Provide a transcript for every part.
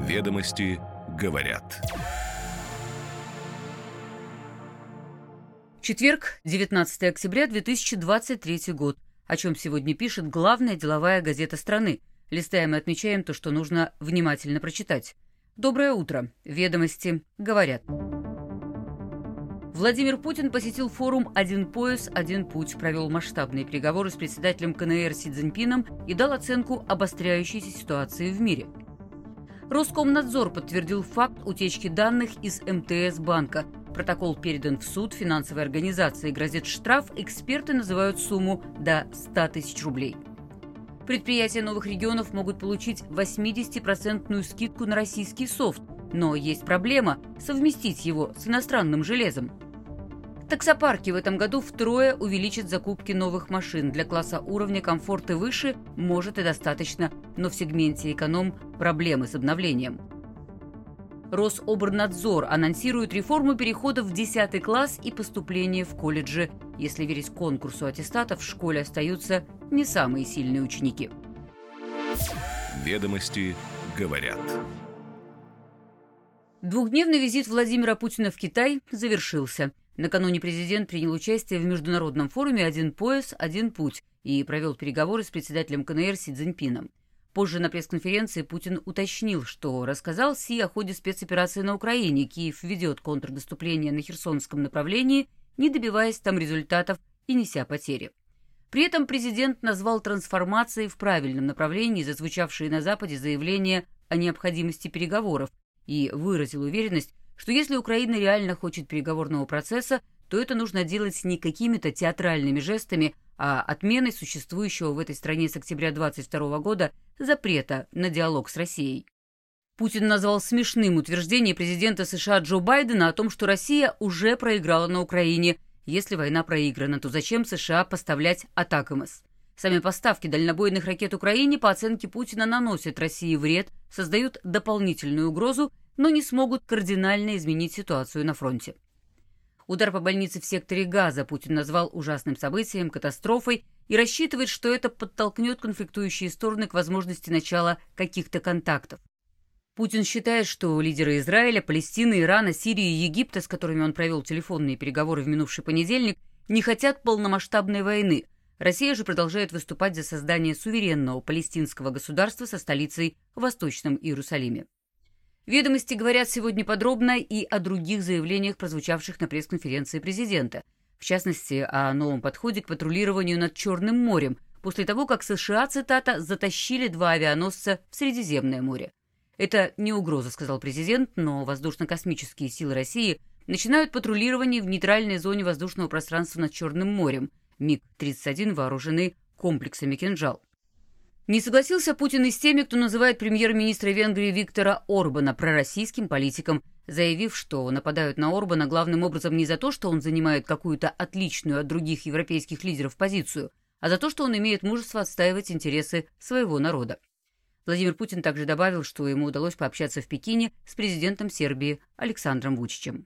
Ведомости говорят. Четверг, 19 октября 2023 год. О чем сегодня пишет главная деловая газета страны. Листаем и отмечаем то, что нужно внимательно прочитать. Доброе утро. Ведомости говорят. Владимир Путин посетил форум «Один пояс, один путь», провел масштабные переговоры с председателем КНР Си Цзиньпином и дал оценку обостряющейся ситуации в мире. Роскомнадзор подтвердил факт утечки данных из МТС банка. Протокол передан в суд, финансовой организации грозит штраф, эксперты называют сумму до 100 тысяч рублей. Предприятия новых регионов могут получить 80% скидку на российский софт, но есть проблема – совместить его с иностранным железом. Таксопарки в этом году втрое увеличат закупки новых машин. Для класса уровня комфорта выше может и достаточно, но в сегменте эконом проблемы с обновлением. Рособорнадзор анонсирует реформу перехода в 10 класс и поступления в колледжи. Если верить конкурсу аттестатов, в школе остаются не самые сильные ученики. Ведомости говорят. Двухдневный визит Владимира Путина в Китай завершился. Накануне президент принял участие в международном форуме «Один пояс, один путь» и провел переговоры с председателем КНР Си Цзиньпином. Позже на пресс-конференции Путин уточнил, что рассказал Си о ходе спецоперации на Украине. Киев ведет контрнаступление на Херсонском направлении, не добиваясь там результатов и неся потери. При этом президент назвал трансформацией в правильном направлении зазвучавшие на Западе заявления о необходимости переговоров и выразил уверенность, что если Украина реально хочет переговорного процесса, то это нужно делать не какими-то театральными жестами, а отменой существующего в этой стране с октября 2022 года запрета на диалог с Россией. Путин назвал смешным утверждение президента США Джо Байдена о том, что Россия уже проиграла на Украине. Если война проиграна, то зачем США поставлять атакамс? Сами поставки дальнобойных ракет Украине, по оценке Путина, наносят России вред, создают дополнительную угрозу, но не смогут кардинально изменить ситуацию на фронте. Удар по больнице в секторе Газа Путин назвал ужасным событием, катастрофой и рассчитывает, что это подтолкнет конфликтующие стороны к возможности начала каких-то контактов. Путин считает, что лидеры Израиля, Палестины, Ирана, Сирии и Египта, с которыми он провел телефонные переговоры в минувший понедельник, не хотят полномасштабной войны. Россия же продолжает выступать за создание суверенного палестинского государства со столицей в Восточном Иерусалиме. Ведомости говорят сегодня подробно и о других заявлениях, прозвучавших на пресс-конференции президента. В частности, о новом подходе к патрулированию над Черным морем, после того, как США, цитата, «затащили 2 авианосца в Средиземное море». «Это не угроза», — сказал президент, но воздушно-космические силы России начинают патрулирование в нейтральной зоне воздушного пространства над Черным морем. МиГ-31 вооружены комплексами «Кинжал». Не согласился Путин и с теми, кто называет премьер-министра Венгрии Виктора Орбана пророссийским политиком, заявив, что нападают на Орбана главным образом не за то, что он занимает какую-то отличную от других европейских лидеров позицию, а за то, что он имеет мужество отстаивать интересы своего народа. Владимир Путин также добавил, что ему удалось пообщаться в Пекине с президентом Сербии Александром Вучичем.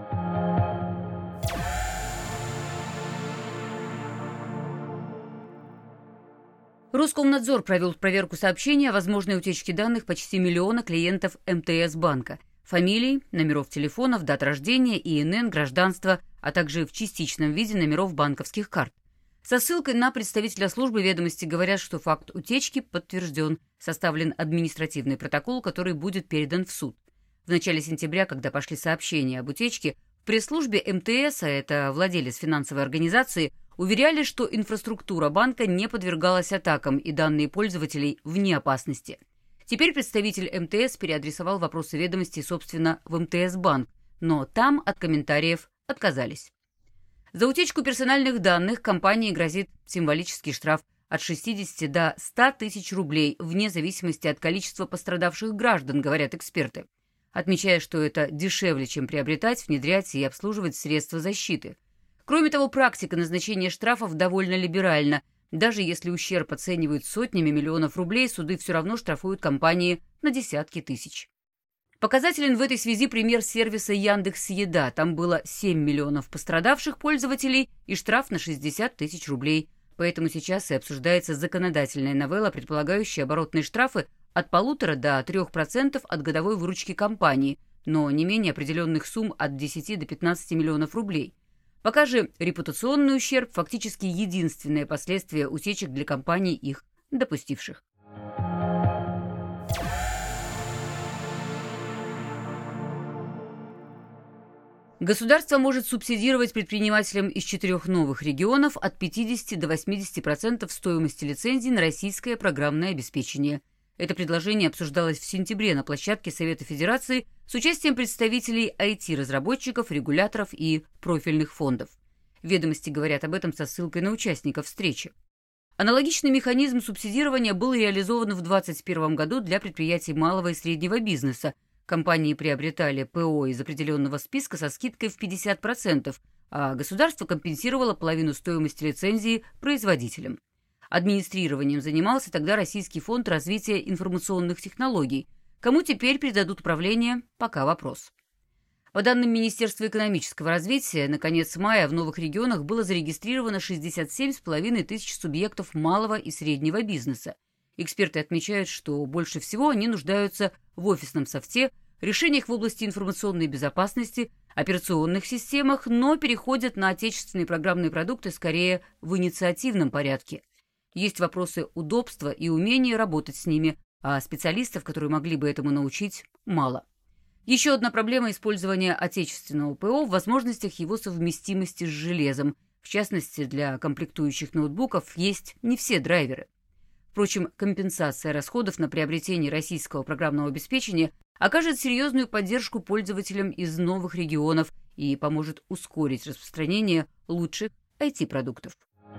Роскомнадзор провел проверку сообщений о возможной утечке данных почти 1 миллиона клиентов МТС банка. Фамилий, номеров телефонов, дат рождения, ИНН, гражданство, а также в частичном виде номеров банковских карт. Со ссылкой на представителя службы ведомости говорят, что факт утечки подтвержден. Составлен административный протокол, который будет передан в суд. В начале сентября, когда пошли сообщения об утечке, в пресс-службе МТС, а это владелец финансовой организации, уверяли, что инфраструктура банка не подвергалась атакам и данные пользователей вне опасности. Теперь представитель МТС переадресовал вопросы ведомости, собственно, в МТС-банк, но там от комментариев отказались. За утечку персональных данных компании грозит символический штраф от 60 до 100 тысяч рублей, вне зависимости от количества пострадавших граждан, говорят эксперты, отмечая, что это дешевле, чем приобретать, внедрять и обслуживать средства защиты. Кроме того, практика назначения штрафов довольно либеральна. Даже если ущерб оценивают сотнями миллионов рублей, суды все равно штрафуют компании на десятки тысяч. Показателен в этой связи пример сервиса Яндекс.Еда. Там было 7 миллионов пострадавших пользователей и штраф на 60 тысяч рублей. Поэтому сейчас и обсуждается законодательная новелла, предполагающая оборотные штрафы от 1,5 до 3% от годовой выручки компании, но не менее определенных сумм от 10 до 15 миллионов рублей. Пока же репутационный ущерб фактически единственное последствие утечек для компаний, их допустивших. Государство может субсидировать предпринимателям из 4 новых регионов от 50 до 80% стоимости лицензий на российское программное обеспечение. Это предложение обсуждалось в сентябре на площадке Совета Федерации с участием представителей IT-разработчиков, регуляторов и профильных фондов. Ведомости говорят об этом со ссылкой на участников встречи. Аналогичный механизм субсидирования был реализован в 2021 году для предприятий малого и среднего бизнеса. Компании приобретали ПО из определенного списка со скидкой в 50%, а государство компенсировало половину стоимости лицензии производителям. Администрированием занимался тогда Российский фонд развития информационных технологий. Кому теперь передадут управление, пока вопрос. По данным Министерства экономического развития, на конец мая в новых регионах было зарегистрировано 67,5 тысяч субъектов малого и среднего бизнеса. Эксперты отмечают, что больше всего они нуждаются в офисном софте, решениях в области информационной безопасности, операционных системах, но переходят на отечественные программные продукты скорее в инициативном порядке. Есть вопросы удобства и умения работать с ними, а специалистов, которые могли бы этому научить, мало. Еще одна проблема использования отечественного ПО в возможностях его совместимости с железом. В частности, для комплектующих ноутбуков есть не все драйверы. Впрочем, компенсация расходов на приобретение российского программного обеспечения окажет серьезную поддержку пользователям из новых регионов и поможет ускорить распространение лучших IT-продуктов.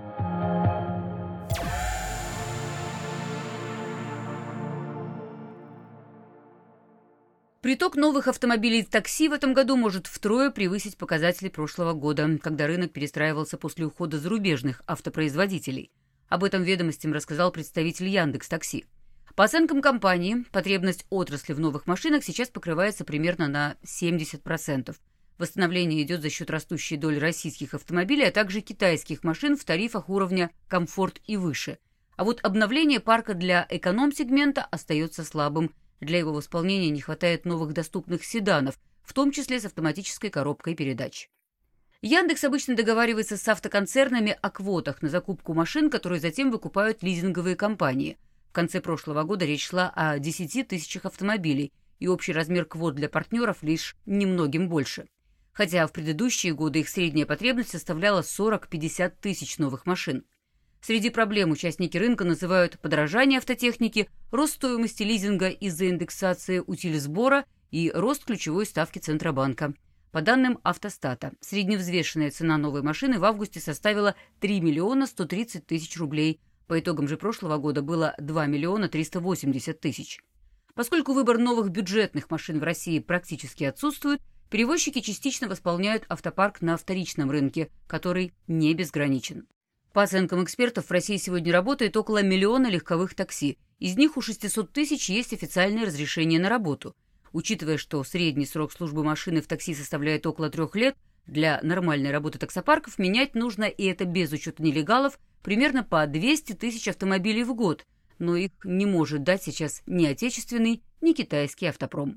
Приток новых автомобилей в такси в этом году может втрое превысить показатели прошлого года, когда рынок перестраивался после ухода зарубежных автопроизводителей. Об этом ведомостям рассказал представитель Яндекс.Такси. По оценкам компании, потребность отрасли в новых машинах сейчас покрывается примерно на 70%. Восстановление идет за счет растущей доли российских автомобилей, а также китайских машин в тарифах уровня «комфорт» и выше. А вот обновление парка для эконом-сегмента остается слабым. Для его восполнения не хватает новых доступных седанов, в том числе с автоматической коробкой передач. Яндекс обычно договаривается с автоконцернами о квотах на закупку машин, которые затем выкупают лизинговые компании. В конце прошлого года речь шла о 10 тысячах автомобилей, и общий размер квот для партнеров лишь немногим больше. Хотя в предыдущие годы их средняя потребность составляла 40-50 тысяч новых машин. Среди проблем участники рынка называют подорожание автотехники, рост стоимости лизинга из-за индексации утилизбора и рост ключевой ставки Центробанка. По данным Автостата, средневзвешенная цена новой машины в августе составила 3 миллиона 130 тысяч рублей. По итогам же прошлого года было 2 миллиона 380 тысяч. Поскольку выбор новых бюджетных машин в России практически отсутствует, перевозчики частично восполняют автопарк на вторичном рынке, который не безграничен. По оценкам экспертов, в России сегодня работает около 1 миллиона легковых такси. Из них у 600 тысяч есть официальное разрешение на работу. Учитывая, что средний срок службы машины в такси составляет около 3 лет, для нормальной работы таксопарков менять нужно, и это без учета нелегалов, примерно по 200 тысяч автомобилей в год. Но их не может дать сейчас ни отечественный, ни китайский автопром.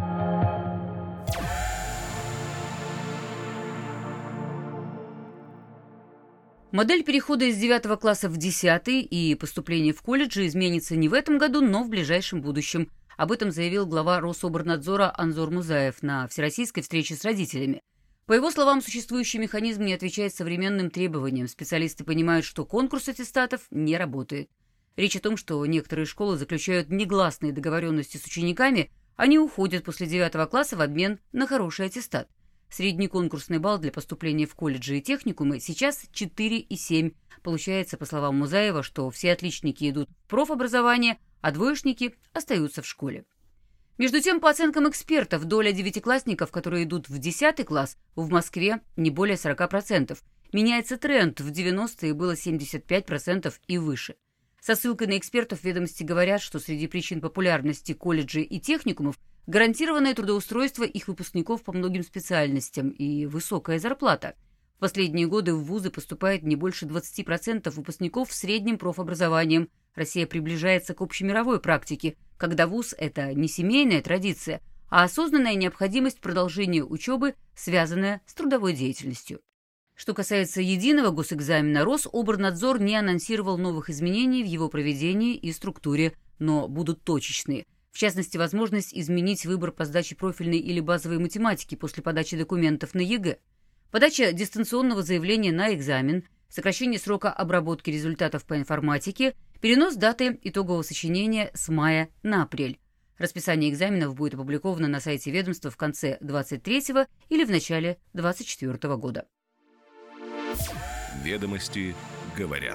Модель перехода из 9 класса в 10 и поступления в колледжи изменится не в этом году, но в ближайшем будущем. Об этом заявил глава Рособорнадзора Анзор Музаев на всероссийской встрече с родителями. По его словам, существующий механизм не отвечает современным требованиям. Специалисты понимают, что конкурс аттестатов не работает. Речь о том, что некоторые школы заключают негласные договоренности с учениками, они уходят после 9 класса в обмен на хороший аттестат. Средний конкурсный балл для поступления в колледжи и техникумы сейчас 4,7. Получается, по словам Музаева, что все отличники идут в профобразование, а двоечники остаются в школе. Между тем, по оценкам экспертов, доля девятиклассников, которые идут в 10 класс, в Москве не более 40%. Меняется тренд, в 90-е было 75% и выше. Со ссылкой на экспертов ведомости говорят, что среди причин популярности колледжей и техникумов гарантированное трудоустройство их выпускников по многим специальностям и высокая зарплата. В последние годы в вузы поступает не больше 20% выпускников с средним профобразованием, Россия приближается к общемировой практике, когда вуз – это не семейная традиция, а осознанная необходимость продолжения учебы, связанная с трудовой деятельностью. Что касается единого госэкзамена, Рособорнадзор не анонсировал новых изменений в его проведении и структуре, но будут точечные. В частности, возможность изменить выбор по сдаче профильной или базовой математики после подачи документов на ЕГЭ, подача дистанционного заявления на экзамен, сокращение срока обработки результатов по информатике, перенос даты итогового сочинения с мая на апрель. Расписание экзаменов будет опубликовано на сайте ведомства в конце 2023 или в начале 2024 года. Ведомости говорят.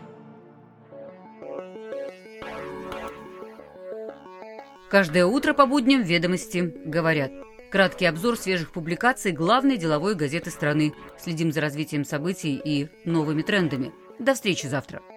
Каждое утро по будням «Ведомости говорят». Краткий обзор свежих публикаций главной деловой газеты страны. Следим за развитием событий и новыми трендами. До встречи завтра.